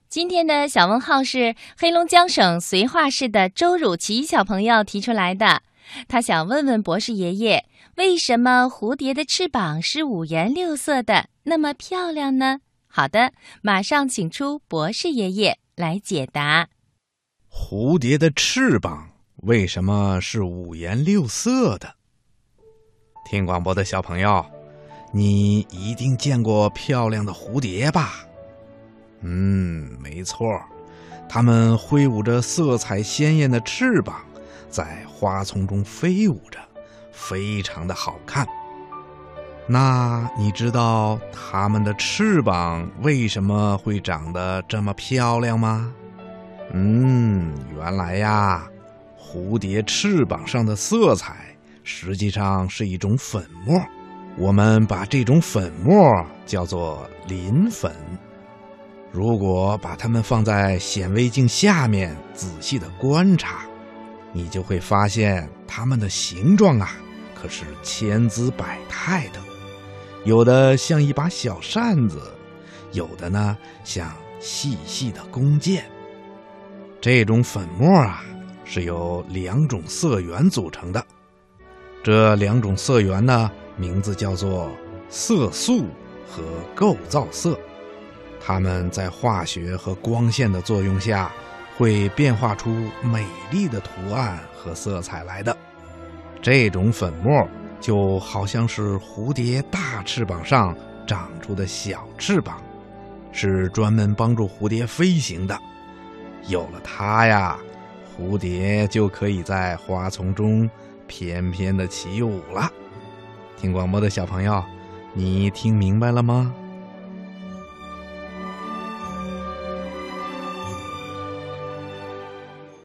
今天的小问号是黑龙江省绥化市的周汝琪小朋友提出来的，他想问问博士爷爷，为什么蝴蝶的翅膀是五颜六色的，那么漂亮呢？好的，马上请出博士爷爷来解答。 蝴蝶的翅膀为什么是五颜六色的？听广播的小朋友，你一定见过漂亮的蝴蝶吧？没错，它们挥舞着色彩鲜艳的翅膀，在花丛中飞舞着，非常的好看。那你知道它们的翅膀为什么会长得这么漂亮吗？原来呀，蝴蝶翅膀上的色彩实际上是一种粉末，我们把这种粉末叫做磷粉。如果把它们放在显微镜下面仔细的观察，你就会发现它们的形状可是千姿百态的，有的像一把小扇子，有的呢像细细的弓箭。这种粉末是由两种色源组成的，这两种色源呢，名字叫做色素和构造色。它们在化学和光线的作用下，会变化出美丽的图案和色彩来的。这种粉末就好像是蝴蝶大翅膀上长出的小翅膀，是专门帮助蝴蝶飞行的。有了它呀，蝴蝶就可以在花丛中翩翩地起舞了。听广播的小朋友，你听明白了吗？